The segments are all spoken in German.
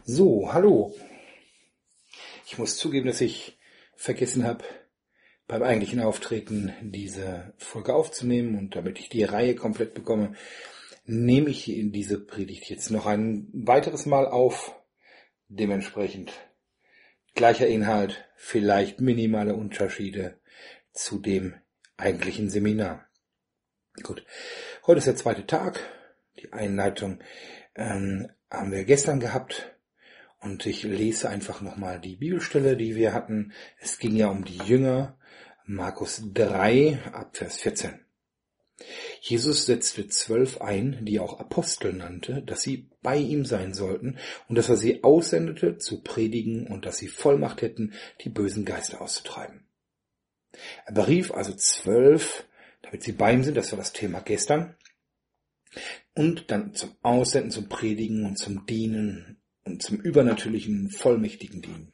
So, hallo. Ich muss zugeben, dass ich vergessen habe, beim eigentlichen Auftreten diese Folge aufzunehmen, und damit ich die Reihe komplett bekomme, nehme ich in diese Predigt jetzt noch ein weiteres Mal auf. Dementsprechend gleicher Inhalt, vielleicht minimale Unterschiede zu dem eigentlichen Seminar. Gut, heute ist der zweite Tag. Die Einleitung haben wir gestern gehabt. Und ich lese einfach nochmal die Bibelstelle, die wir hatten. Es ging ja um die Jünger, Markus 3, ab Vers 14. Jesus setzte 12 ein, die er auch Apostel nannte, dass sie bei ihm sein sollten und dass er sie aussendete, zu predigen und dass sie Vollmacht hätten, die bösen Geister auszutreiben. Er berief also 12, damit sie bei ihm sind, das war das Thema gestern, und dann zum Aussenden, zum Predigen und zum Dienen und zum übernatürlichen, vollmächtigen Dienen.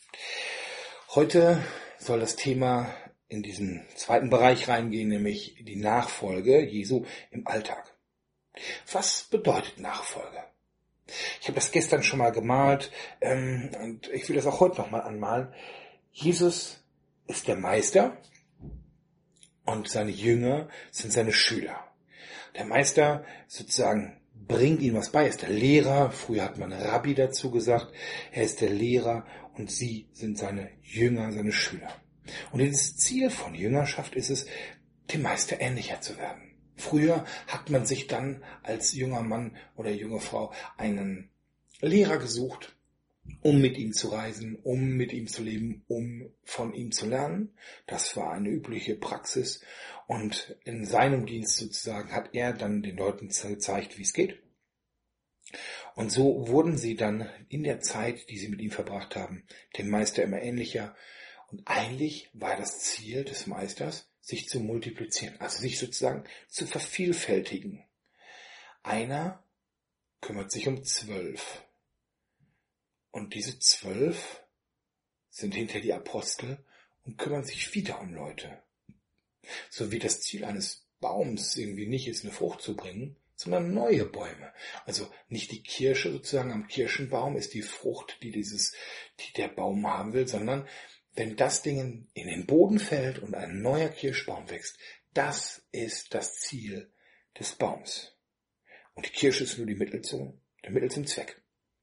Heute soll das Thema in diesen zweiten Bereich reingehen, nämlich die Nachfolge Jesu im Alltag. Was bedeutet Nachfolge? Ich habe das gestern schon mal gemalt und ich will das auch heute nochmal anmalen. Jesus ist der Meister und seine Jünger sind seine Schüler. Der Meister sozusagen bringt ihnen was bei, er ist der Lehrer, früher hat man Rabbi dazu gesagt, er ist der Lehrer und sie sind seine Jünger, seine Schüler. Und das Ziel von Jüngerschaft ist es, dem Meister ähnlicher zu werden. Früher hat man sich dann als junger Mann oder junge Frau einen Lehrer gesucht, um mit ihm zu reisen, um mit ihm zu leben, um von ihm zu lernen. Das war eine übliche Praxis und in seinem Dienst sozusagen hat er dann den Leuten gezeigt, wie es geht. Und so wurden sie dann in der Zeit, die sie mit ihm verbracht haben, dem Meister immer ähnlicher. Und eigentlich war das Ziel des Meisters, sich zu multiplizieren, also sich sozusagen zu vervielfältigen. Einer kümmert sich um 12. Und diese 12 sind hinter die Apostel und kümmern sich wieder um Leute. So wie das Ziel eines Baums irgendwie nicht ist, eine Frucht zu bringen, sondern neue Bäume. Also nicht die Kirsche sozusagen am Kirschenbaum ist die Frucht, die der Baum haben will, sondern wenn das Ding in den Boden fällt und ein neuer Kirschbaum wächst, das ist das Ziel des Baums. Und die Kirsche ist nur der Mittel zum Zweck.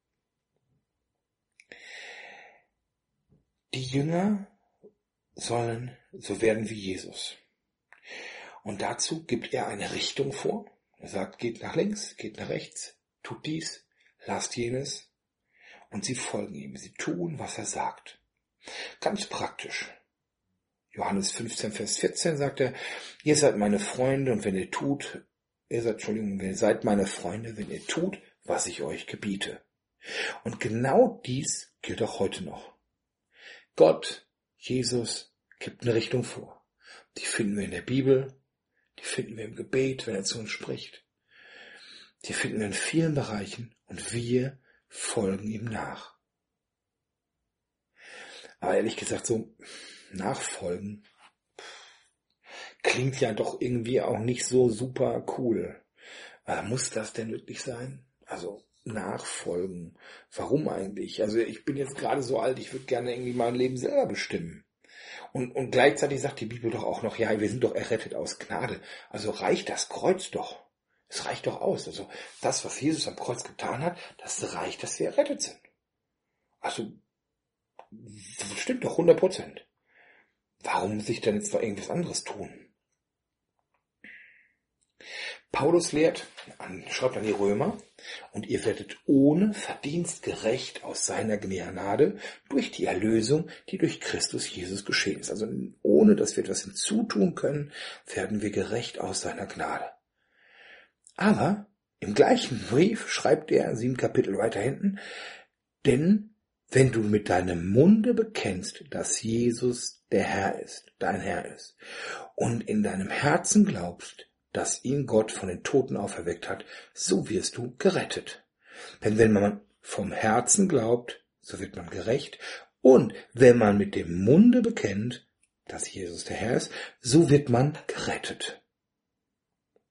Die Jünger sollen so werden wie Jesus. Und dazu gibt er eine Richtung vor. Er sagt, geht nach links, geht nach rechts, tut dies, lasst jenes. Und sie folgen ihm. Sie tun, was er sagt. Ganz praktisch. Johannes 15, Vers 14 sagt er, ihr seid meine Freunde und wenn ihr seid meine Freunde, wenn ihr tut, was ich euch gebiete. Und genau dies gilt auch heute noch. Gott, Jesus, gibt eine Richtung vor. Die finden wir in der Bibel, die finden wir im Gebet, wenn er zu uns spricht. Die finden wir in vielen Bereichen und wir folgen ihm nach. Aber ehrlich gesagt, so nachfolgen klingt ja doch irgendwie auch nicht so super cool. Muss das denn wirklich sein? Also nachfolgen. Warum eigentlich? Also ich bin jetzt gerade so alt, ich würde gerne irgendwie mein Leben selber bestimmen. Und gleichzeitig sagt die Bibel doch auch noch, ja, wir sind doch errettet aus Gnade. Also reicht das Kreuz doch. Es reicht doch aus. Also das, was Jesus am Kreuz getan hat, das reicht, dass wir errettet sind. Also das stimmt doch 100%. Warum muss ich denn jetzt noch irgendwas anderes tun? Paulus schreibt an die Römer, und ihr werdet ohne Verdienst gerecht aus seiner Gnade durch die Erlösung, die durch Christus Jesus geschehen ist. Also ohne, dass wir etwas hinzutun können, werden wir gerecht aus seiner Gnade. Aber im gleichen Brief schreibt er, 7 Kapitel weiter hinten, denn wenn du mit deinem Munde bekennst, dass Jesus der Herr ist, dein Herr ist, und in deinem Herzen glaubst, dass ihn Gott von den Toten auferweckt hat, so wirst du gerettet. Denn wenn man vom Herzen glaubt, so wird man gerecht. Und wenn man mit dem Munde bekennt, dass Jesus der Herr ist, so wird man gerettet.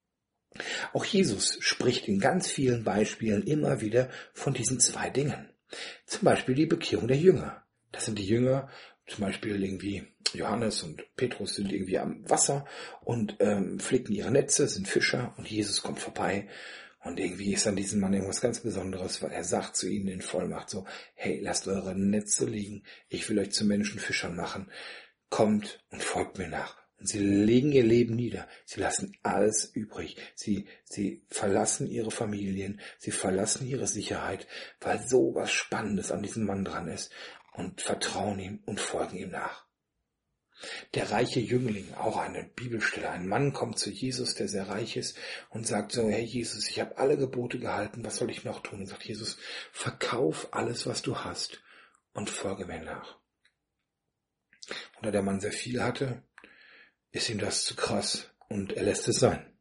Auch Jesus spricht in ganz vielen Beispielen immer wieder von diesen zwei Dingen. Zum Beispiel die Bekehrung der Jünger. Das sind die Jünger, zum Beispiel irgendwie Johannes und Petrus sind irgendwie am Wasser und flicken ihre Netze, sind Fischer und Jesus kommt vorbei. Und irgendwie ist an diesem Mann irgendwas ganz Besonderes, weil er sagt zu ihnen in Vollmacht so, hey, lasst eure Netze liegen, ich will euch zu Menschenfischern machen, kommt und folgt mir nach. Und sie legen ihr Leben nieder, sie lassen alles übrig, sie verlassen ihre Familien, sie verlassen ihre Sicherheit, weil so was Spannendes an diesem Mann dran ist und vertrauen ihm und folgen ihm nach. Der reiche Jüngling, auch eine Bibelstelle. Ein Mann kommt zu Jesus, der sehr reich ist, und sagt so, hey Jesus, ich habe alle Gebote gehalten, was soll ich noch tun? Und sagt Jesus, verkauf alles, was du hast und folge mir nach. Und da der Mann sehr viel hatte, ist ihm das zu krass und er lässt es sein.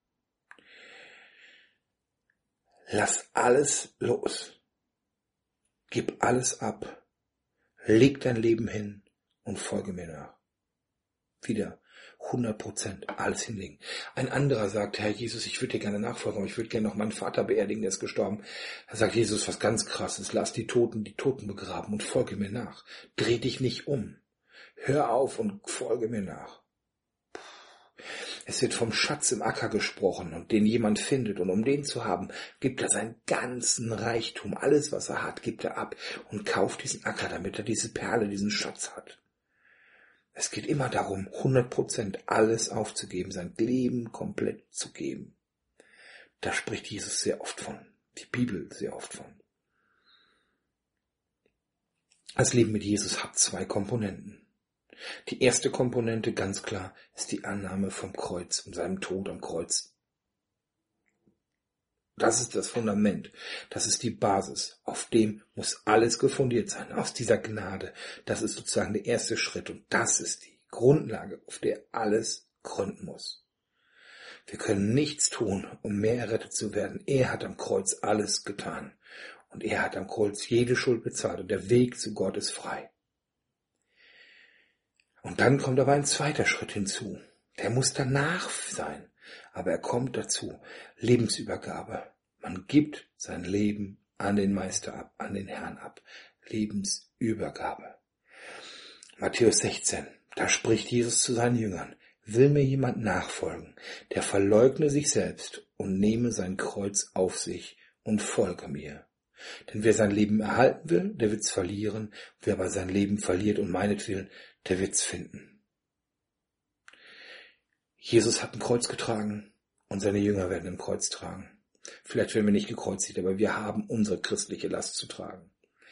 Lass alles los. Gib alles ab. Leg dein Leben hin und folge mir nach. Wieder 100% alles hinlegen. Ein anderer sagt, Herr Jesus, ich würde dir gerne nachfolgen, aber ich würde gerne noch meinen Vater beerdigen, der ist gestorben. Da sagt Jesus was ganz Krasses, lass die Toten begraben und folge mir nach. Dreh dich nicht um. Hör auf und folge mir nach. Es wird vom Schatz im Acker gesprochen und den jemand findet und um den zu haben, gibt er seinen ganzen Reichtum, alles was er hat, gibt er ab und kauft diesen Acker, damit er diese Perle, diesen Schatz hat. Es geht immer darum, 100% alles aufzugeben, sein Leben komplett zu geben. Da spricht Jesus sehr oft von, die Bibel sehr oft von. Das Leben mit Jesus hat 2 Komponenten. Die erste Komponente, ganz klar, ist die Annahme vom Kreuz und seinem Tod am Kreuz. Das ist das Fundament, das ist die Basis, auf dem muss alles gefundiert sein, aus dieser Gnade. Das ist sozusagen der erste Schritt und das ist die Grundlage, auf der alles gründen muss. Wir können nichts tun, um mehr errettet zu werden. Er hat am Kreuz alles getan und er hat am Kreuz jede Schuld bezahlt und der Weg zu Gott ist frei. Und dann kommt aber ein zweiter Schritt hinzu. Der muss danach sein. Aber er kommt dazu. Lebensübergabe. Man gibt sein Leben an den Meister ab, an den Herrn ab. Lebensübergabe. Matthäus 16. Da spricht Jesus zu seinen Jüngern. Will mir jemand nachfolgen, der verleugne sich selbst und nehme sein Kreuz auf sich und folge mir. Denn wer sein Leben erhalten will, der wird's verlieren. Wer aber sein Leben verliert und meinetwillen, der wird's finden. Jesus hat ein Kreuz getragen und seine Jünger werden ein Kreuz tragen. Vielleicht werden wir nicht gekreuzigt, aber wir haben unsere christliche Last zu tragen.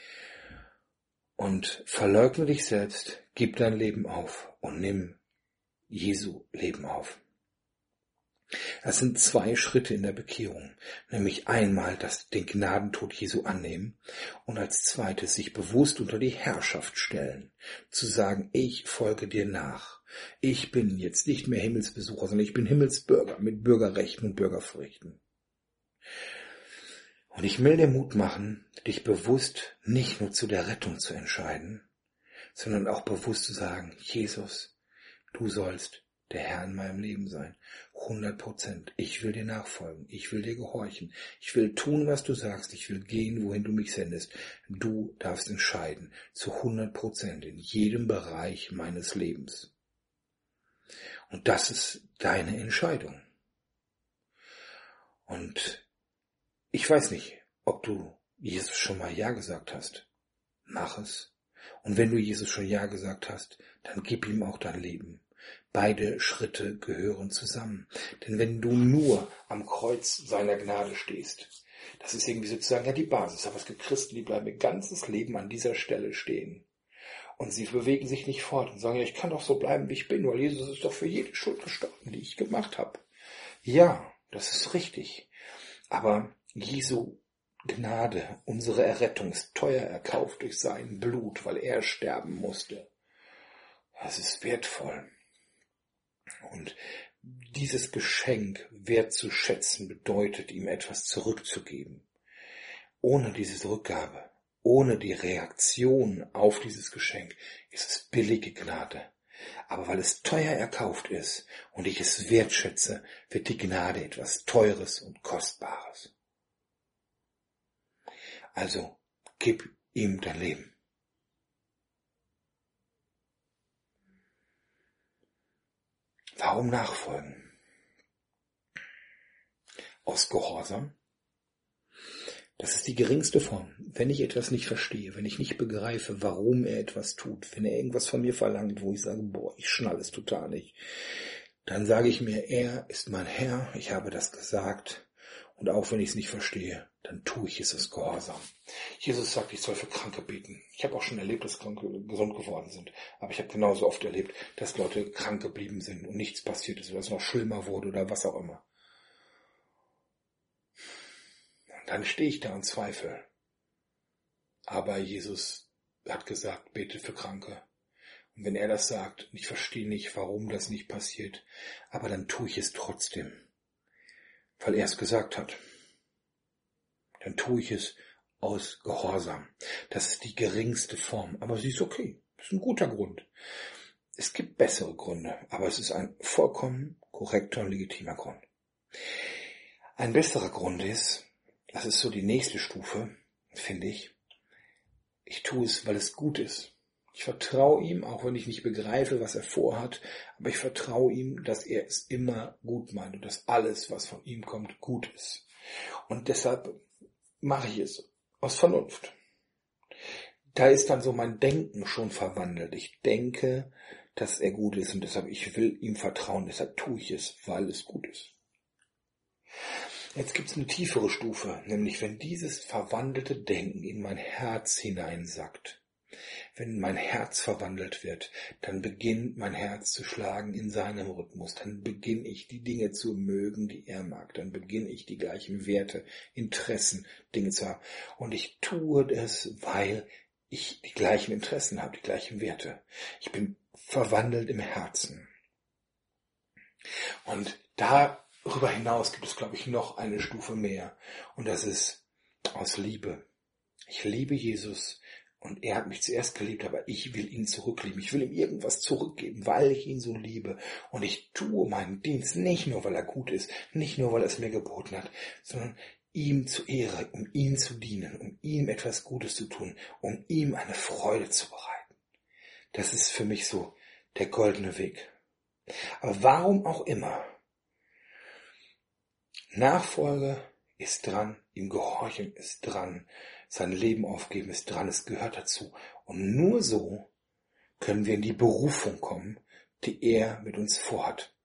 Und verleugne dich selbst, gib dein Leben auf und nimm Jesu Leben auf. Das sind 2 Schritte in der Bekehrung, nämlich einmal den Gnadentod Jesu annehmen und als zweites sich bewusst unter die Herrschaft stellen, zu sagen, ich folge dir nach. Ich bin jetzt nicht mehr Himmelsbesucher, sondern ich bin Himmelsbürger mit Bürgerrechten und Bürgerpflichten. Und ich will dir Mut machen, dich bewusst nicht nur zu der Rettung zu entscheiden, sondern auch bewusst zu sagen, Jesus, du sollst der Herr in meinem Leben sein. 100%. Ich will dir nachfolgen. Ich will dir gehorchen. Ich will tun, was du sagst. Ich will gehen, wohin du mich sendest. Du darfst entscheiden. Zu 100% in jedem Bereich meines Lebens. Und das ist deine Entscheidung. Und ich weiß nicht, ob du Jesus schon mal Ja gesagt hast. Mach es. Und wenn du Jesus schon Ja gesagt hast, dann gib ihm auch dein Leben. Beide Schritte gehören zusammen. Denn wenn du nur am Kreuz seiner Gnade stehst, das ist irgendwie sozusagen ja die Basis. Aber es gibt Christen, die bleiben ihr ganzes Leben an dieser Stelle stehen. Und sie bewegen sich nicht fort und sagen, ja, ich kann doch so bleiben, wie ich bin, weil Jesus ist doch für jede Schuld gestorben, die ich gemacht habe. Ja, das ist richtig. Aber Jesu Gnade, unsere Errettung ist teuer erkauft durch sein Blut, weil er sterben musste. Das ist wertvoll. Und dieses Geschenk wertzuschätzen bedeutet, ihm etwas zurückzugeben. Ohne diese Rückgabe, ohne die Reaktion auf dieses Geschenk ist es billige Gnade. Aber weil es teuer erkauft ist und ich es wertschätze, wird die Gnade etwas Teures und Kostbares. Also gib ihm dein Leben. Warum nachfolgen? Aus Gehorsam. Das ist die geringste Form. Wenn ich etwas nicht verstehe, wenn ich nicht begreife, warum er etwas tut, wenn er irgendwas von mir verlangt, wo ich sage, boah, ich schnall es total nicht, dann sage ich mir, er ist mein Herr, ich habe das gesagt und auch wenn ich es nicht verstehe, dann tue ich es aus Gehorsam. Jesus sagt, ich soll für Kranke beten. Ich habe auch schon erlebt, dass Kranke gesund geworden sind, aber ich habe genauso oft erlebt, dass Leute krank geblieben sind und nichts passiert ist oder es noch schlimmer wurde oder was auch immer. Dann stehe ich da und zweifle. Aber Jesus hat gesagt, bete für Kranke. Und wenn er das sagt, ich verstehe nicht, warum das nicht passiert, aber dann tue ich es trotzdem, weil er es gesagt hat. Dann tue ich es aus Gehorsam. Das ist die geringste Form, aber sie ist okay. Das ist ein guter Grund. Es gibt bessere Gründe, aber es ist ein vollkommen korrekter und legitimer Grund. Ein besserer Grund ist, das ist so die nächste Stufe, finde ich. Ich tue es, weil es gut ist. Ich vertraue ihm, auch wenn ich nicht begreife, was er vorhat, aber ich vertraue ihm, dass er es immer gut meint und dass alles, was von ihm kommt, gut ist. Und deshalb mache ich es aus Vernunft. Da ist dann so mein Denken schon verwandelt. Ich denke, dass er gut ist und deshalb ich will ihm vertrauen, deshalb tue ich es, weil es gut ist. Jetzt gibt es eine tiefere Stufe, nämlich wenn dieses verwandelte Denken in mein Herz hineinsackt. Wenn mein Herz verwandelt wird, dann beginnt mein Herz zu schlagen in seinem Rhythmus. Dann beginne ich die Dinge zu mögen, die er mag. Dann beginne ich die gleichen Werte, Interessen, Dinge zu haben. Und ich tue das, weil ich die gleichen Interessen habe, die gleichen Werte. Ich bin verwandelt im Herzen. Und darüber hinaus gibt es, glaube ich, noch eine Stufe mehr. Und das ist aus Liebe. Ich liebe Jesus und er hat mich zuerst geliebt, aber ich will ihn zurücklieben. Ich will ihm irgendwas zurückgeben, weil ich ihn so liebe. Und ich tue meinen Dienst nicht nur, weil er gut ist, nicht nur, weil er es mir geboten hat, sondern ihm zu Ehre, um ihm zu dienen, um ihm etwas Gutes zu tun, um ihm eine Freude zu bereiten. Das ist für mich so der goldene Weg. Aber warum auch immer, Nachfolge ist dran, ihm gehorchen ist dran, sein Leben aufgeben ist dran, es gehört dazu. Und nur so können wir in die Berufung kommen, die er mit uns vorhat.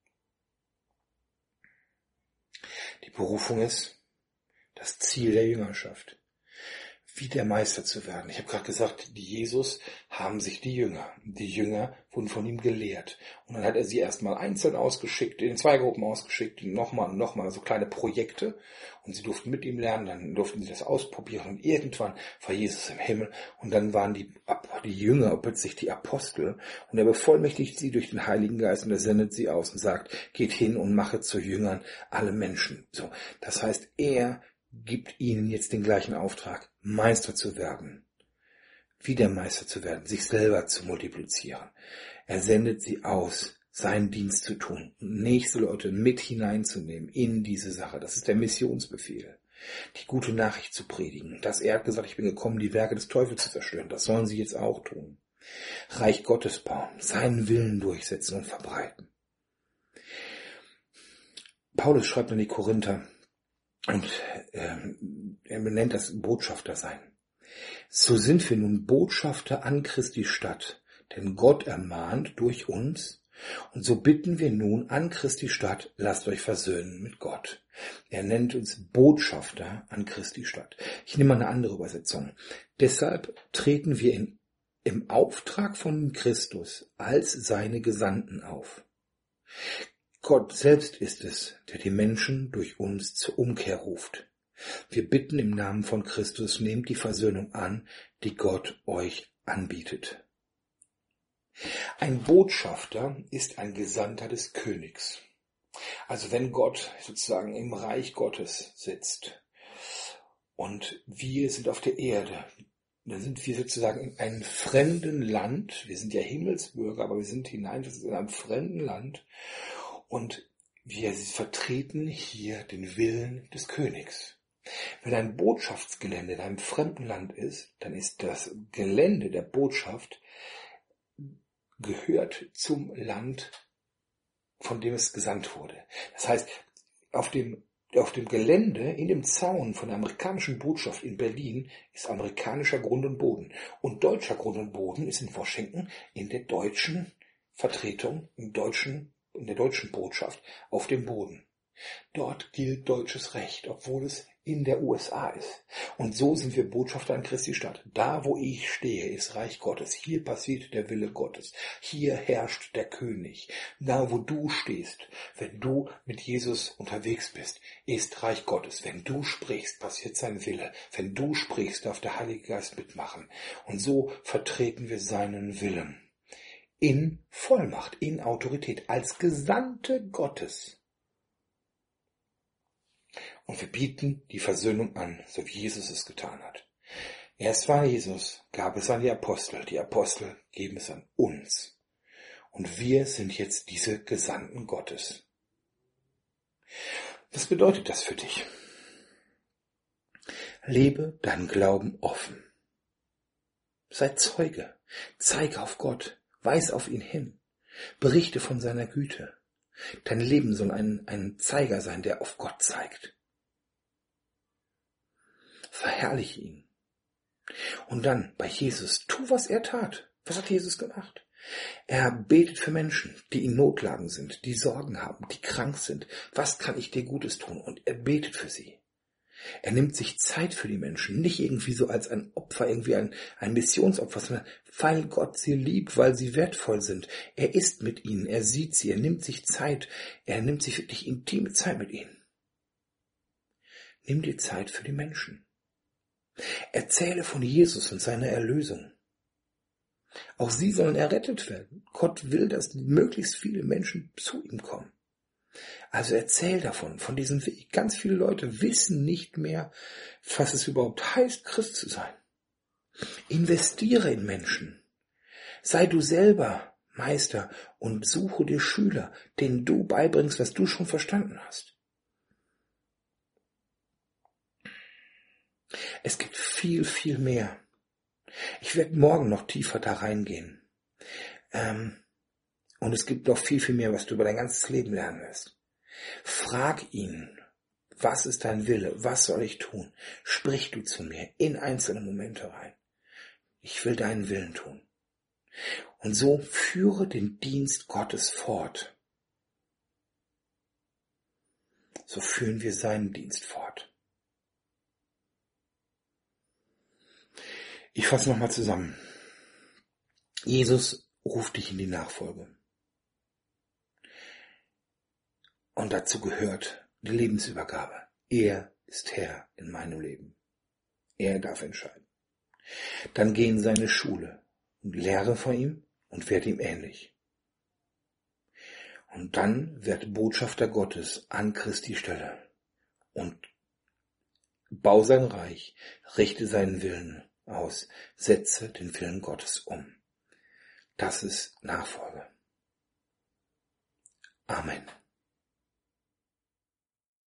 Die Berufung ist das Ziel der Jüngerschaft, wie der Meister zu werden. Ich habe gerade gesagt, die Jesus haben sich die Jünger wurden von ihm gelehrt. Und dann hat er sie erstmal einzeln ausgeschickt, in 2 Gruppen ausgeschickt, nochmal, so kleine Projekte. Und sie durften mit ihm lernen, dann durften sie das ausprobieren. Und irgendwann war Jesus im Himmel. Und dann waren die Jünger plötzlich die Apostel. Und er bevollmächtigt sie durch den Heiligen Geist und er sendet sie aus und sagt, geht hin und mache zu Jüngern alle Menschen. So, das heißt, er gibt ihnen jetzt den gleichen Auftrag, Meister zu werden, wie der Meister zu werden, sich selber zu multiplizieren. Er sendet sie aus, seinen Dienst zu tun, nächste Leute mit hineinzunehmen in diese Sache. Das ist der Missionsbefehl, die gute Nachricht zu predigen. Er hat gesagt, ich bin gekommen, die Werke des Teufels zu zerstören. Das sollen sie jetzt auch tun. Reich Gottes bauen, seinen Willen durchsetzen und verbreiten. Paulus schreibt an die Korinther, und er benennt das Botschafter sein. So sind wir nun Botschafter an Christi Stadt, denn Gott ermahnt durch uns. Und so bitten wir nun an Christi Stadt, lasst euch versöhnen mit Gott. Er nennt uns Botschafter an Christi Stadt. Ich nehme mal eine andere Übersetzung. Deshalb treten wir im Auftrag von Christus als seine Gesandten auf. Gott selbst ist es, der die Menschen durch uns zur Umkehr ruft. Wir bitten im Namen von Christus, nehmt die Versöhnung an, die Gott euch anbietet. Ein Botschafter ist ein Gesandter des Königs. Also wenn Gott sozusagen im Reich Gottes sitzt und wir sind auf der Erde, dann sind wir sozusagen in einem fremden Land. Wir sind ja Himmelsbürger, aber wir sind in einem fremden Land. Und wir vertreten hier den Willen des Königs. Wenn ein Botschaftsgelände in einem fremden Land ist, dann ist das Gelände der Botschaft gehört zum Land, von dem es gesandt wurde. Das heißt, auf dem Gelände, in dem Zaun von der amerikanischen Botschaft in Berlin ist amerikanischer Grund und Boden. Und deutscher Grund und Boden ist in Washington in der deutschen Vertretung, in der deutschen Botschaft auf dem Boden. Dort gilt deutsches Recht, obwohl es in der USA ist. Und so sind wir Botschafter an Christi Stadt. Da, wo ich stehe, ist Reich Gottes. Hier passiert der Wille Gottes. Hier herrscht der König. Da, wo du stehst, wenn du mit Jesus unterwegs bist, ist Reich Gottes. Wenn du sprichst, passiert sein Wille. Wenn du sprichst, darf der Heilige Geist mitmachen. Und so vertreten wir seinen Willen. In Vollmacht, in Autorität, als Gesandte Gottes. Und wir bieten die Versöhnung an, so wie Jesus es getan hat. Erst war Jesus, gab es an die Apostel geben es an uns. Und wir sind jetzt diese Gesandten Gottes. Was bedeutet das für dich? Lebe deinen Glauben offen. Sei Zeuge, zeige auf Gott, weis auf ihn hin, berichte von seiner Güte. Dein Leben soll ein Zeiger sein, der auf Gott zeigt. Verherrliche ihn. Und dann bei Jesus, tu, was er tat. Was hat Jesus gemacht? Er betet für Menschen, die in Notlagen sind, die Sorgen haben, die krank sind. Was kann ich dir Gutes tun? Und er betet für sie. Er nimmt sich Zeit für die Menschen, nicht irgendwie so als ein Opfer, irgendwie ein Missionsopfer, sondern weil Gott sie liebt, weil sie wertvoll sind. Er ist mit ihnen, er sieht sie, er nimmt sich Zeit, er nimmt sich wirklich intime Zeit mit ihnen. Nimm dir Zeit für die Menschen. Erzähle von Jesus und seiner Erlösung. Auch sie sollen errettet werden. Gott will, dass möglichst viele Menschen zu ihm kommen. Also erzähl davon, von diesem Weg. Ganz viele Leute wissen nicht mehr, was es überhaupt heißt, Christ zu sein. Investiere in Menschen. Sei du selber Meister und suche dir Schüler, denen du beibringst, was du schon verstanden hast. Es gibt viel, viel mehr. Ich werde morgen noch tiefer da reingehen. Und es gibt noch viel, viel mehr, was du über dein ganzes Leben lernen wirst. Frag ihn, was ist dein Wille? Was soll ich tun? Sprich du zu mir in einzelne Momente rein. Ich will deinen Willen tun. Und so führe den Dienst Gottes fort. So führen wir seinen Dienst fort. Ich fasse nochmal zusammen. Jesus ruft dich in die Nachfolge. Und dazu gehört die Lebensübergabe. Er ist Herr in meinem Leben. Er darf entscheiden. Dann geh in seine Schule und lehre von ihm und werde ihm ähnlich. Und dann werd Botschafter Gottes an Christi Stelle und bau sein Reich, richte seinen Willen aus, setze den Willen Gottes um. Das ist Nachfolge. Amen.